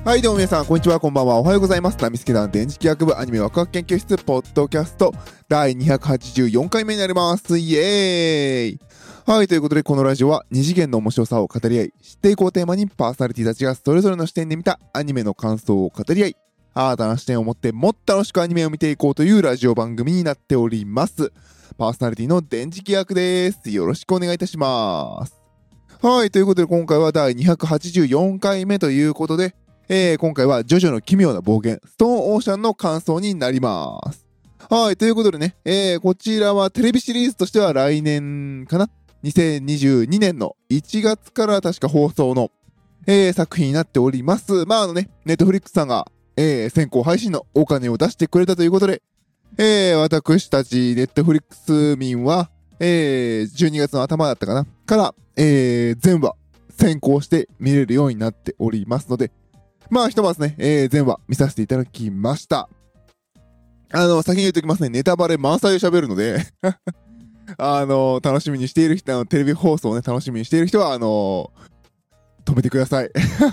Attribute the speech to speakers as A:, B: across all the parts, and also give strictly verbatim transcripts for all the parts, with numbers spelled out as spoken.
A: はいどうも皆さんこんにちは、こんばんは、おはようございます。ナミスケ団電磁気学部アニメワクワク研究室ポッドキャストだいにひゃくはちじゅうよんかいめになります。イエーイ。はい、ということでこのラジオは二次元の面白さを語り合い、知っていこうテーマにパーソナリティたちがそれぞれの視点で見たアニメの感想を語り合い、新たな視点を持ってもっと楽しくアニメを見ていこうというラジオ番組になっております。パーソナリティの電磁気学です。よろしくお願いいたします。はい、ということで今回はだいにひゃくはちじゅうよんかいめということで、えー、今回はジョジョの奇妙な冒険ストーンオーシャンの感想になります。はい、ということでね、えー、こちらはテレビシリーズとしては来年かな、にせんにじゅうにねんのいちがつから確か放送の、えー、作品になっております。まああのね、ネットフリックスさんが、えー、先行配信のお金を出してくれたということで、えー、私たちネットフリックス民は、えー、じゅうにがつの頭だったかなから、えー、全話先行して見れるようになっておりますので、まあひとまずね、えー、全話見させていただきました。あの、先に言っておきますね、ネタバレ満載で喋るので、あの、楽しみにしている人、あのテレビ放送をね、楽しみにしている人は、あのー、止めてください。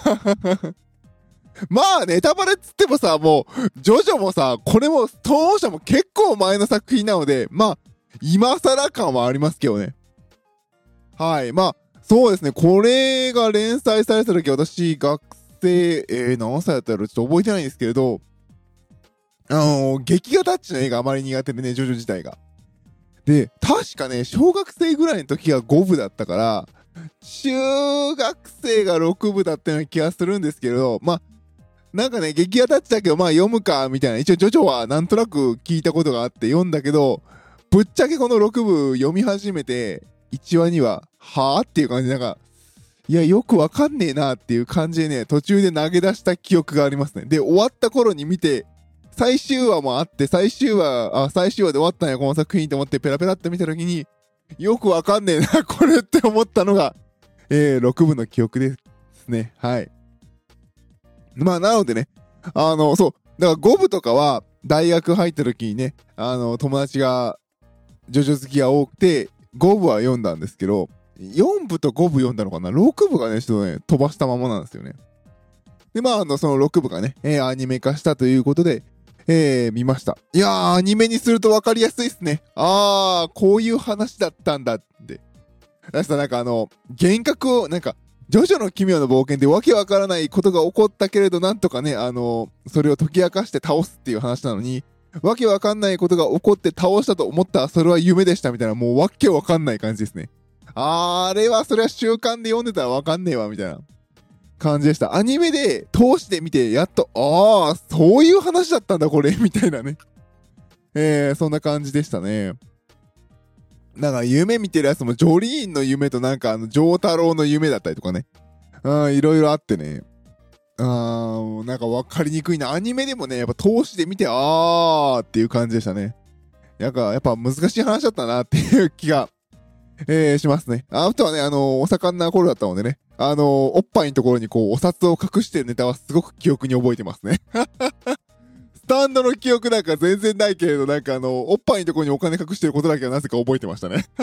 A: まあ、ネタバレっつってもさ、もう、ジョジョもさ、これも、ストーンオーシャンも結構前の作品なので、まあ、今更感はありますけどね。はい、まあ、そうですね、これが連載された時、私、学生、えー、何歳だったらちょっと覚えてないんですけれど、あのー、劇画タッチの映画あまり苦手でね、ジョジョ自体が。で、確かね、小学生ぐらいの時がごぶだったから、中学生がろくぶだったような気がするんですけれど、まあ、なんかね、劇画タッチだけど、まあ読むか、みたいな。一応、ジョジョはなんとなく聞いたことがあって読んだけど、ぶっちゃけこのろくぶ読み始めて、いちわには、はぁっていう感じで、なんか、いや、よくわかんねえなっていう感じでね、途中で投げ出した記憶がありますね。で、終わった頃に見て、最終話もあって、最終話、あ、最終話で終わったんや、この作品と思ってペラペラって見た時に、よくわかんねえな、これって思ったのが、えー、ろくぶの記憶ですね。はい。まあ、なのでね、あの、そう、だからごぶとかは、大学入った時にね、あの、友達が、ジョジョ好きが多くて、ごぶは読んだんですけど、よんぶとごぶ読んだのかな ?ろく 部がね、ちょっとね、飛ばしたままなんですよね。で、まあ、あの、そのろくぶがね、えー、アニメ化したということで、えー、見ました。いやー、アニメにすると分かりやすいっすね。あー、こういう話だったんだって。だからなんかあの、幻覚を、なんか、ジョジョの奇妙な冒険でわけわからないことが起こったけれど、なんとかね、あの、それを解き明かして倒すっていう話なのに、わけわかんないことが起こって倒したと思ったらそれは夢でしたみたいな、もうわけわかんない感じですね。あれはそれは習慣で読んでたらわかんねえわみたいな感じでした。アニメで通してみてやっと、ああそういう話だったんだこれみたいなね、えー、そんな感じでしたね。なんか夢見てるやつもジョリーンの夢となんかあのジョータロウの夢だったりとかね、あいろいろあってね、あーなんか分かりにくいな。アニメでもねやっぱ通してみてあーっていう感じでしたね。なんかやっぱ難しい話だったなっていう気がえー、しますね。あとはね、あのー、お盛んな頃だったのでね、あのー、おっぱいのところにこう、お札を隠してるネタはすごく記憶に覚えてますね。スタンドの記憶なんか全然ないけれど、なんかあのー、おっぱいのところにお金隠してることだけはなぜか覚えてましたね。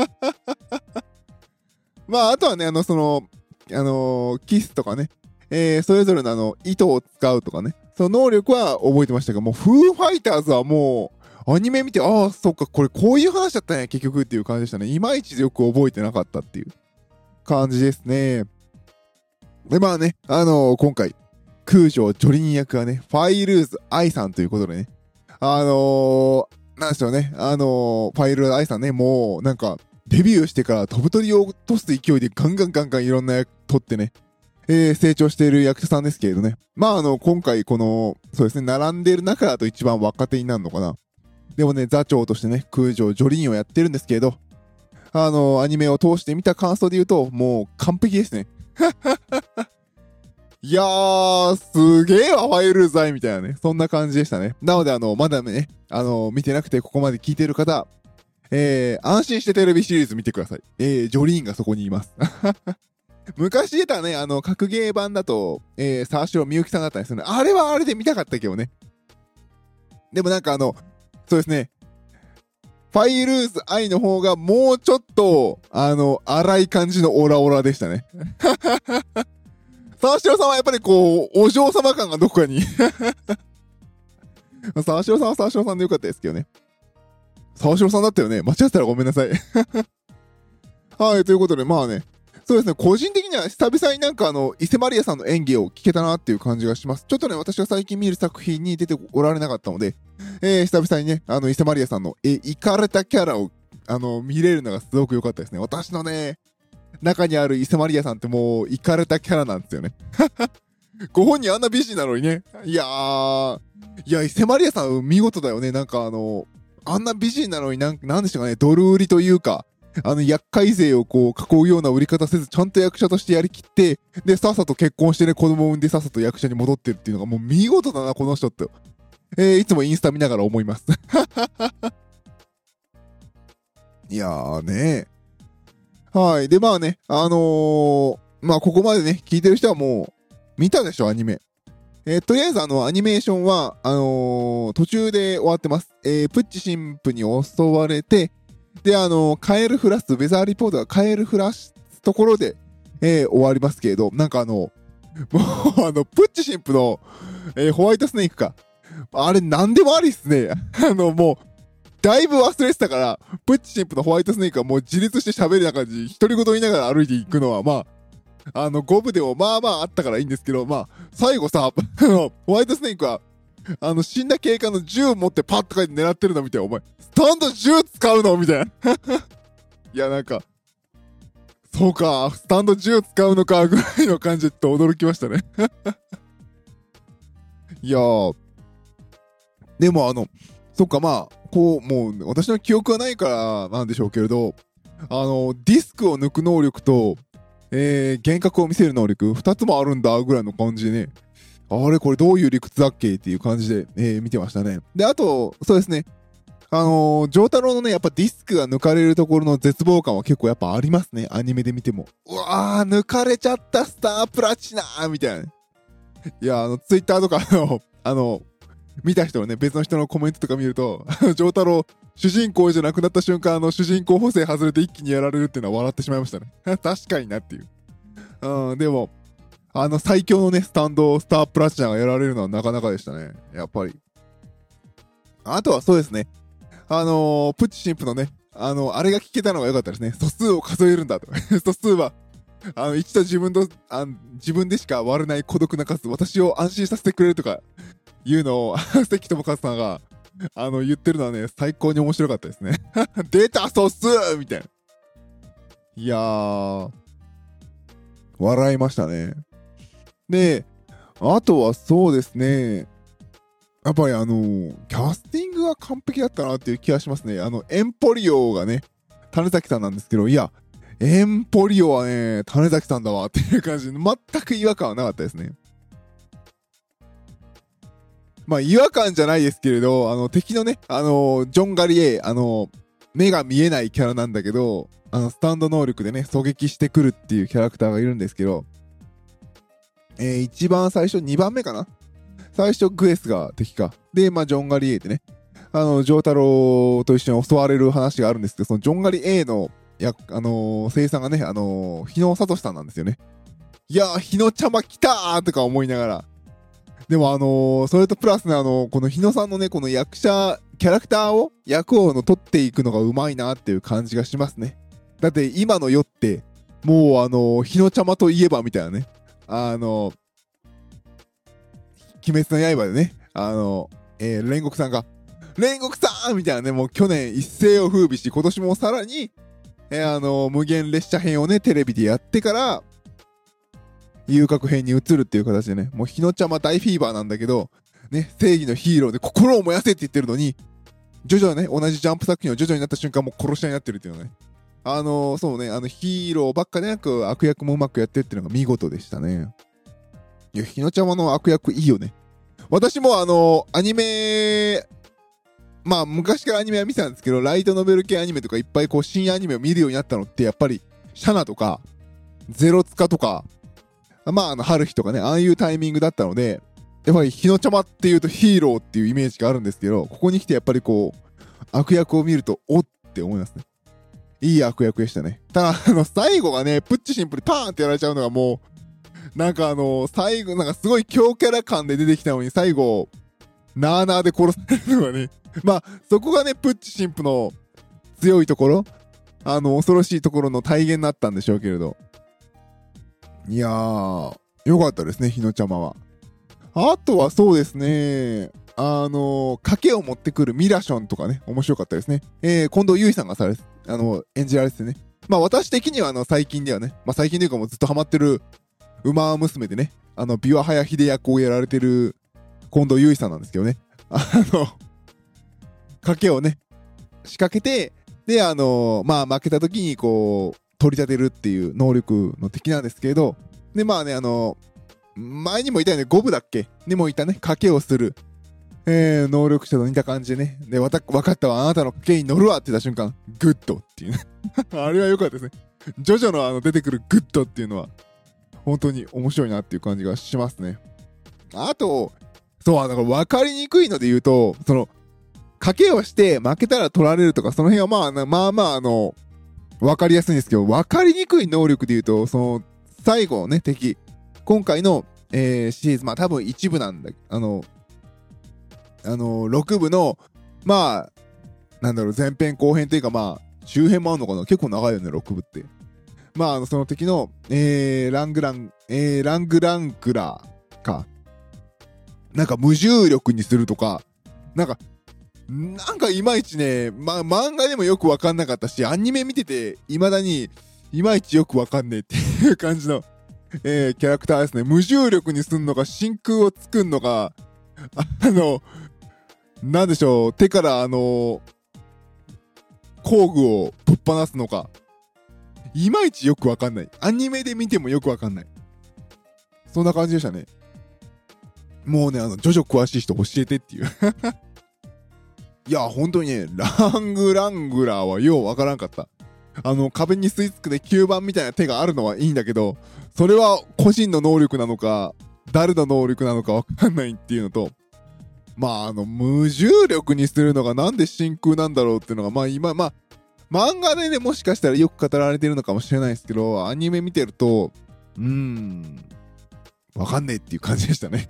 A: まあ、あとはね、あの、その、あのー、キスとかね、えー、それぞれのあの、糸を使うとかね、その能力は覚えてましたが、もう、フーファイターズはもう、アニメ見て、ああ、そっか、これこういう話だったんや、結局っていう感じでしたね。いまいちよく覚えてなかったっていう感じですね。で、まあね、あのー、今回、空城ジョリン役がね、ファイルーズアイさんということでね、あのー、なんでしょうね、あのー、ファイルーズアイさんね、もう、なんか、デビューしてから飛ぶ鳥を落とす勢いでガンガンガンガンいろんな役取ってね、えー、成長している役者さんですけれどね。まあ、あの、今回この、そうですね、並んでいる中だと一番若手になるのかな。でもね、座長としてね、空城ジョリーンをやってるんですけれど、あの、アニメを通して見た感想で言うと、もう完璧ですね。いやー、すげえわ、ファイルーズアイみたいなね、そんな感じでしたね。なので、あの、まだね、あの、見てなくてここまで聞いてる方、えー、安心してテレビシリーズ見てください。えー、ジョリーンがそこにいます。昔出たね、あの、格ゲー版だと、えー、沢城みゆきさんだったんですよね。あれはあれで見たかったけどね。でもなんかあの、そうですね。ファイルーズアイの方がもうちょっと、あの、荒い感じのオラオラでしたね。 沢城さんはやっぱりこう、お嬢様感がどこかに。沢城さんは沢城さんでよかったですけどね。沢城さんだったよね。間違ってたらごめんなさい。はい、ということで、まあね。そうですね、個人的には久々になんかあの、伊勢マリアさんの演技を聞けたなっていう感じがします。ちょっとね、私が最近見る作品に出ておられなかったので、えー、久々にね、あの、伊勢マリアさんの、え、イカれたキャラを、あの、見れるのがすごく良かったですね。私のね、中にある伊勢マリアさんってもう、イカれたキャラなんですよね。ご本人あんな美人なのにね。いやー、いや、伊勢マリアさん見事だよね。なんかあの、あんな美人なのになん、なんでしょうかね、ドル売りというか、あの、厄介勢をこう、囲うような売り方せず、ちゃんと役者としてやりきって、で、さっさと結婚してね、子供を産んでさっさと役者に戻ってるっていうのがもう見事だな、この人って。えー、いつもインスタ見ながら思います。いやーねー。はい。で、まあね、あのー、まあここまでね、聞いてる人はもう、見たでしょ、アニメ。えー、とりあえずあの、アニメーションは、あのー、途中で終わってます。えー、プッチ神父に襲われて、で、あのー、カエルフラス、ウェザーリポートがカエルフラスところで、えー、終わりますけれど、なんかあの、もうあの、プッチ神父の、えー、ホワイトスネークか。あれ、なんでもありっすね。あの、もう、だいぶ忘れてたから、プッチ神父のホワイトスネークはもう自立して喋るな感じ、独り言言いながら歩いていくのは、まあ、あの、五部でもまあまああったからいいんですけど、まあ、最後さ、あの、ホワイトスネークは、あの、死んだ警官の銃持ってパッとか狙ってるのみたいな、お前、スタンド銃使うのみたいな。いや、なんか、そうか、スタンド銃使うのか、ぐらいの感じでちょっと驚きましたね。いやー、でもあの、そっか、まあ、こう、もう、私の記憶はないからなんでしょうけれど、あの、ディスクを抜く能力と、えー、幻覚を見せる能力、二つもあるんだ、ぐらいの感じでね、あれこれどういう理屈だっけっていう感じで、えー、見てましたね。で、あと、そうですね、あのー、ジョータロのね、やっぱディスクが抜かれるところの絶望感は結構やっぱありますね、アニメで見ても。うわー、抜かれちゃったスタープラチナーみたいな。いや、あの、ツイッターとかの、あの、見た人のね、別の人のコメントとか見ると、ジョータロ主人公じゃなくなった瞬間、あの、主人公補正外れて一気にやられるっていうのは笑ってしまいましたね。確かになっていう。うん、でも、あの、最強のね、スタンド、スタープラチナがやられるのはなかなかでしたね。やっぱり。あとはそうですね。あのー、プッチ神父のね、あの、あれが聞けたのが良かったですね。素数を数えるんだと。素数は、あの、一度自分と、あ自分でしか割れない孤独な数、私を安心させてくれるとか、いうのを、関智和さんが、あの、言ってるのはね、最高に面白かったですね。出た素数みたいな。いやー、笑いましたね。で、あとはそうですね、やっぱりあの、キャスティングが完璧だったなっていう気がしますね。あの、エンポリオがね、種崎さんなんですけど、いや、エンポリオはね、種崎さんだわっていう感じで、全く違和感はなかったですね。まあ、違和感じゃないですけれど、あの、敵のね、あの、ジョン・ガリエイ、あの、目が見えないキャラなんだけど、あの、スタンド能力でね、狙撃してくるっていうキャラクターがいるんですけど、えー、一番最初、にばんめかな最初、グエスが敵か。で、まあ、ジョン・ガリエイってね、あの、ジョータロと一緒に襲われる話があるんですけど、そのジョン・ガリエイの、や、あのー、声優さんがね、あのー、日野聡さんなんですよね。いやー、日野ちゃま来たーとか思いながら。でもあのー、それとプラスね、あのー、この日野さんのね、この役者、キャラクターを、役をの取っていくのがうまいなっていう感じがしますね。だって今の世って、もうあのー、日野ちゃまといえばみたいなね。あのー、鬼滅の刃でね、あのー、えー、煉獄さんが、煉獄さんみたいなね、もう去年一世を風靡し、今年もさらに、えー、あのー、無限列車編をね、テレビでやってから、遊郭編に移るっていう形でね、もう日野ちゃま大フィーバーなんだけど、ね、正義のヒーローで心を燃やせって言ってるのに、ジョジョね、同じジャンプ作品をジョジョになった瞬間もう殺し合いになってるっていうのね。あのー、そうね、あのヒーローばっかでなく悪役もうまくやってっていうのが見事でしたね。いや、日野ちゃまの悪役いいよね。私もあのー、アニメ、まあ昔からアニメは見てたんですけど、ライトノベル系アニメとかいっぱいこう新アニメを見るようになったのってやっぱり、シャナとか、ゼロツカとか、まああの、春日とかね、ああいうタイミングだったので、やっぱり日野ちゃまっていうとヒーローっていうイメージがあるんですけど、ここに来てやっぱりこう、悪役を見ると、おって思いますね。いい悪役でしたね。ただ、あの、最後がね、プッチシンプルパーンってやられちゃうのがもなんかあのー、最後、なんかすごい強キャラ感で出てきたのに、最後、なーなーで殺されるのがね、まあ、そこがね、プッチ神父の強いところ、あの、恐ろしいところの体現になったんでしょうけれど。いやー、よかったですね、日のちゃまは。あとはそうですね、あのー、賭けを持ってくるミラションとかね、面白かったですね。えー、近藤結衣さんがされ、あの、演じられててね。まあ私的にはあの、最近ではね、まあ最近というかもうずっとハマってる、馬娘でね、あの、琵琶早秀役をやられてる近藤結衣さんなんですけどね。あの、賭けをね、仕掛けて、で、あのー、まあ負けた時にこう、取り立てるっていう能力の敵なんですけど、で、まあね、あのー、前にもいたよね、五分だっけにもいたね、賭けをする、えー、能力者と似た感じでね、で、わた、わかったわ、あなたの賭けに乗るわって言った瞬間、グッドっていうね。あれは良かったですね。ジョジョのあの出てくるグッドっていうのは、本当に面白いなっていう感じがしますね。あと、そう、だから分かりにくいので言うと、その、賭けをして負けたら取られるとか、その辺はまあ、まあまあ、あの、分かりやすいんですけど、分かりにくい能力で言うと、その、最後のね、敵、今回の、えー、シリーズ、まあ多分一部なんだ、あの、あの、ろくぶの、まあ、なんだろう、前編後編というかまあ、周辺もあるのかな、結構長いよね、ろくぶって。まあ、あの、その敵の、えー、ラングラン、えー、ラングランクラーか。なんか無重力にするとか、なんか、なんかいまいちね、ま、漫画でもよくわかんなかったし、アニメ見てて、未だにいまいちよくわかんねえっていう感じの、えー、キャラクターですね。無重力にすんのか、真空を作んのか、あの、なんでしょう、手からあの、工具をぶっ放すのか、いまいちよくわかんない。アニメで見てもよくわかんない。そんな感じでしたね。もうね、あの、ジョジョ詳しい人教えてっていう。いや、本当にね、ラングラングラーはようわからんかった。あの、壁に吸い付くで吸盤みたいな手があるのはいいんだけど、それは個人の能力なのか、誰の能力なのかわかんないっていうのと、まあ、あの、無重力にするのがなんで真空なんだろうっていうのが、まあ今、まあ、漫画でね、もしかしたらよく語られてるのかもしれないですけど、アニメ見てると、うーん、わかんねえっていう感じでしたね。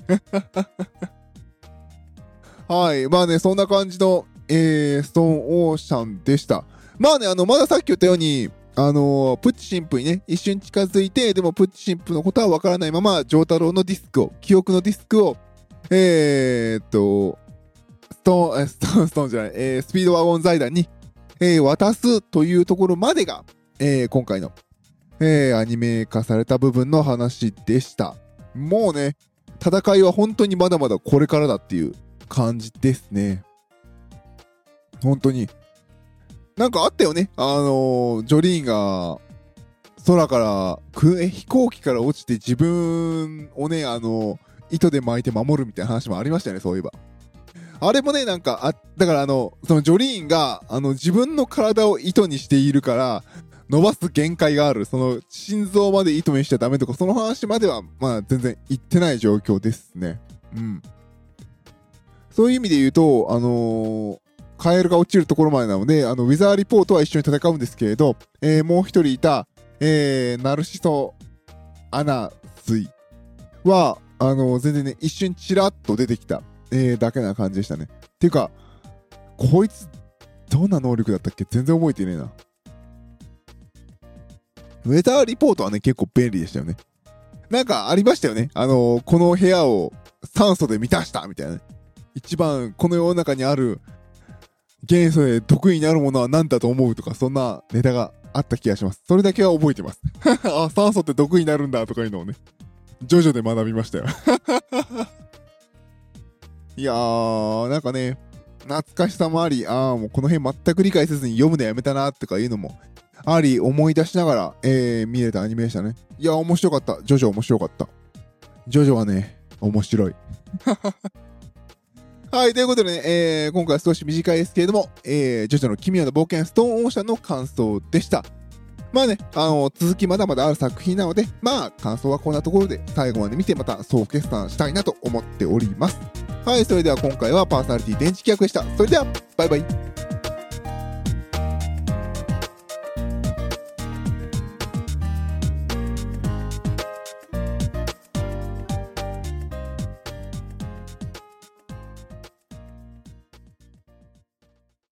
A: はい。まあね、そんな感じの、えー、ストーンオーシャンでした。まあね、あの、まださっき言ったように、あのー、プッチ神父にね、一瞬近づいて、でもプッチ神父のことはわからないまま、丈太郎のディスクを、記憶のディスクを、えーっと、ストーン、ストーン、ストーンじゃない、えー、スピードワゴン財団に、えー、渡すというところまでが、えー、今回の、えー、アニメ化された部分の話でした。もうね、戦いは本当にまだまだこれからだっていう感じですね。本当に。なんかあったよね。あのー、ジョリーンが空からくえ飛行機から落ちて自分をね、あのー、糸で巻いて守るみたいな話もありましたよね、そういえば。あれもね、なんか、あ、だからあの、そのジョリーンが、あの、自分の体を糸にしているから、伸ばす限界がある。その、心臓まで糸にしちゃダメとか、その話までは、まあ、全然言ってない状況ですね。うん。そういう意味で言うと、あのー、カエルが落ちるところまでなので、あの、ウィザーリポートは一緒に戦うんですけれど、えー、もう一人いた、えー、ナルシソアナスイは、あのー、全然ね、一瞬チラッと出てきた。えー、だけな感じでしたね。っていうか、こいつ、どんな能力だったっけ全然覚えてねえな。ウェザーリポートはね、結構便利でしたよね。なんかありましたよね。あのー、この部屋を酸素で満たしたみたいな、ね。一番この世の中にある元素で得意になるものは何だと思うとか、そんなネタがあった気がします。それだけは覚えてます。あ、酸素って得意になるんだとかいうのをね、ジョジョで学びましたよ。いやー、なんかね、懐かしさもあり、あーもうこの辺全く理解せずに読むのやめたなとかいうのもあり、思い出しながら、えー、見れたアニメでしたね。いやー、面白かった。ジョジョ面白かった。ジョジョはね、面白い。はい、ということでね、えー、今回は少し短いですけれども、えー、ジョジョの奇妙な冒険ストーンオーシャンの感想でした。まあね、あの、続きまだまだある作品なので、まあ、感想はこんなところで最後まで見てまた総決算したいなと思っております。はい、それでは今回はパーソナリティ電池企画でした。それでは、バイバイ。